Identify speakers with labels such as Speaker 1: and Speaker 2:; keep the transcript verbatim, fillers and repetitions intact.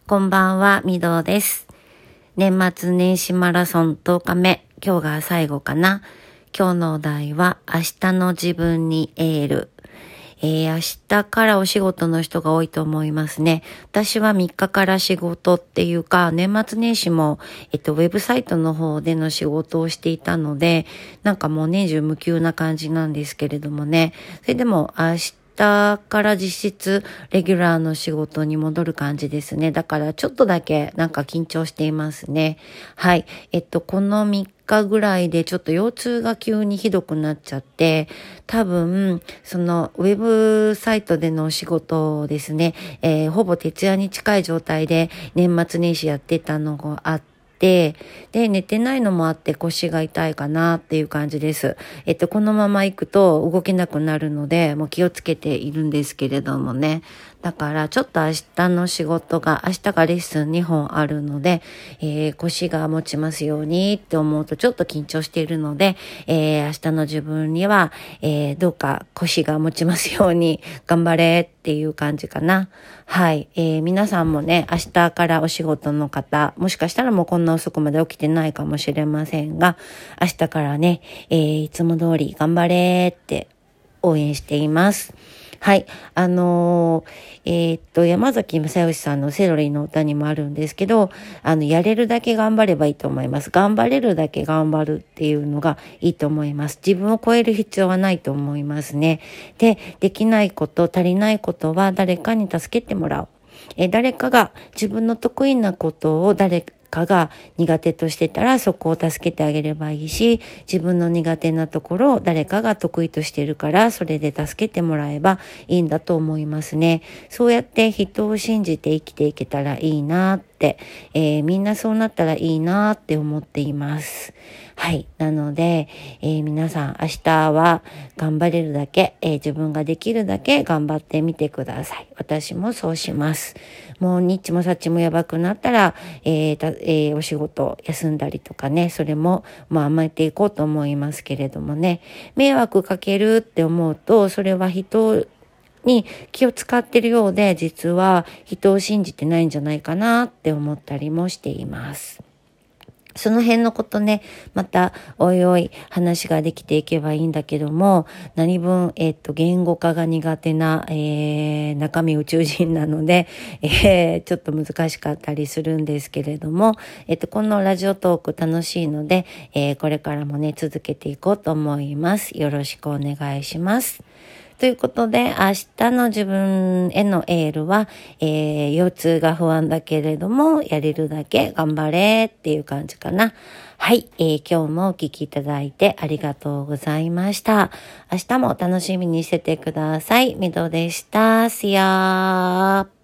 Speaker 1: こんばんは、みどです。年末年始マラソンとおかめ、今日が最後かな。今日のお題は、明日の自分にエール。えー、明日からお仕事の人が多いと思いますね。私はみっかから仕事っていうか、年末年始も、えっと、ウェブサイトの方での仕事をしていたので、なんかもう年中無休な感じなんですけれどもね。それでも明日、明日から実質レギュラーの仕事に戻る感じですね。だからちょっとだけなんか緊張していますね。はい。えっと、このみっかぐらいでちょっと腰痛が急にひどくなっちゃって、多分、そのウェブサイトでのお仕事ですね、えー、ほぼ徹夜に近い状態で年末年始やってたのがあって、で、寝てないのもあって腰が痛いかなっていう感じです。えっと、このまま行くと動けなくなるので、もう気をつけているんですけれどもね。だからちょっと明日の仕事が、明日がレッスンにほんあるので、えー、腰が持ちますようにって思うとちょっと緊張しているので、えー、明日の自分には、えー、どうか腰が持ちますように頑張れっていう感じかな。はい。えー、皆さんもね、明日からお仕事の方、もしかしたらもうこんな遅くまで起きてないかもしれませんが、明日からね、えー、いつも通り頑張れって応援しています。はい。あのー、えー、っと、山崎正義さんのセロリの歌にもあるんですけど、あの、やれるだけ頑張ればいいと思います。頑張れるだけ頑張るっていうのがいいと思います。自分を超える必要はないと思いますね。で、できないこと、足りないことは誰かに助けてもらう。え、誰かが自分の得意なことを誰かかが苦手としてたらそこを助けてあげればいいし、自分の苦手なところを誰かが得意としているからそれで助けてもらえばいいんだと思いますね。そうやって人を信じて生きていけたらいいなって、えー、みんなそうなったらいいなって思っています。はい。なので、えー、皆さん明日は頑張れるだけ、えー、自分ができるだけ頑張ってみてください。私もそうします。もうニッチもサッチもやばくなったら、えーたえー、お仕事休んだりとかね、それもまあ甘えていこうと思いますけれどもね、迷惑かけるって思うと、それは人に気を使ってるようで、実は人を信じてないんじゃないかなって思ったりもしています。その辺のことね、またおいおい話ができていけばいいんだけども、何分、えっと、言語化が苦手な、えー、中身宇宙人なので、えー、ちょっと難しかったりするんですけれども、えっと、このラジオトーク楽しいので、えー、これからもね、続けていこうと思います。よろしくお願いします。ということで、明日の自分へのエールは、えー、腰痛が不安だけれども、やれるだけ頑張れっていう感じかな。はい、えー、今日もお聞きいただいてありがとうございました。明日も楽しみにしててください。みどでした。See ya!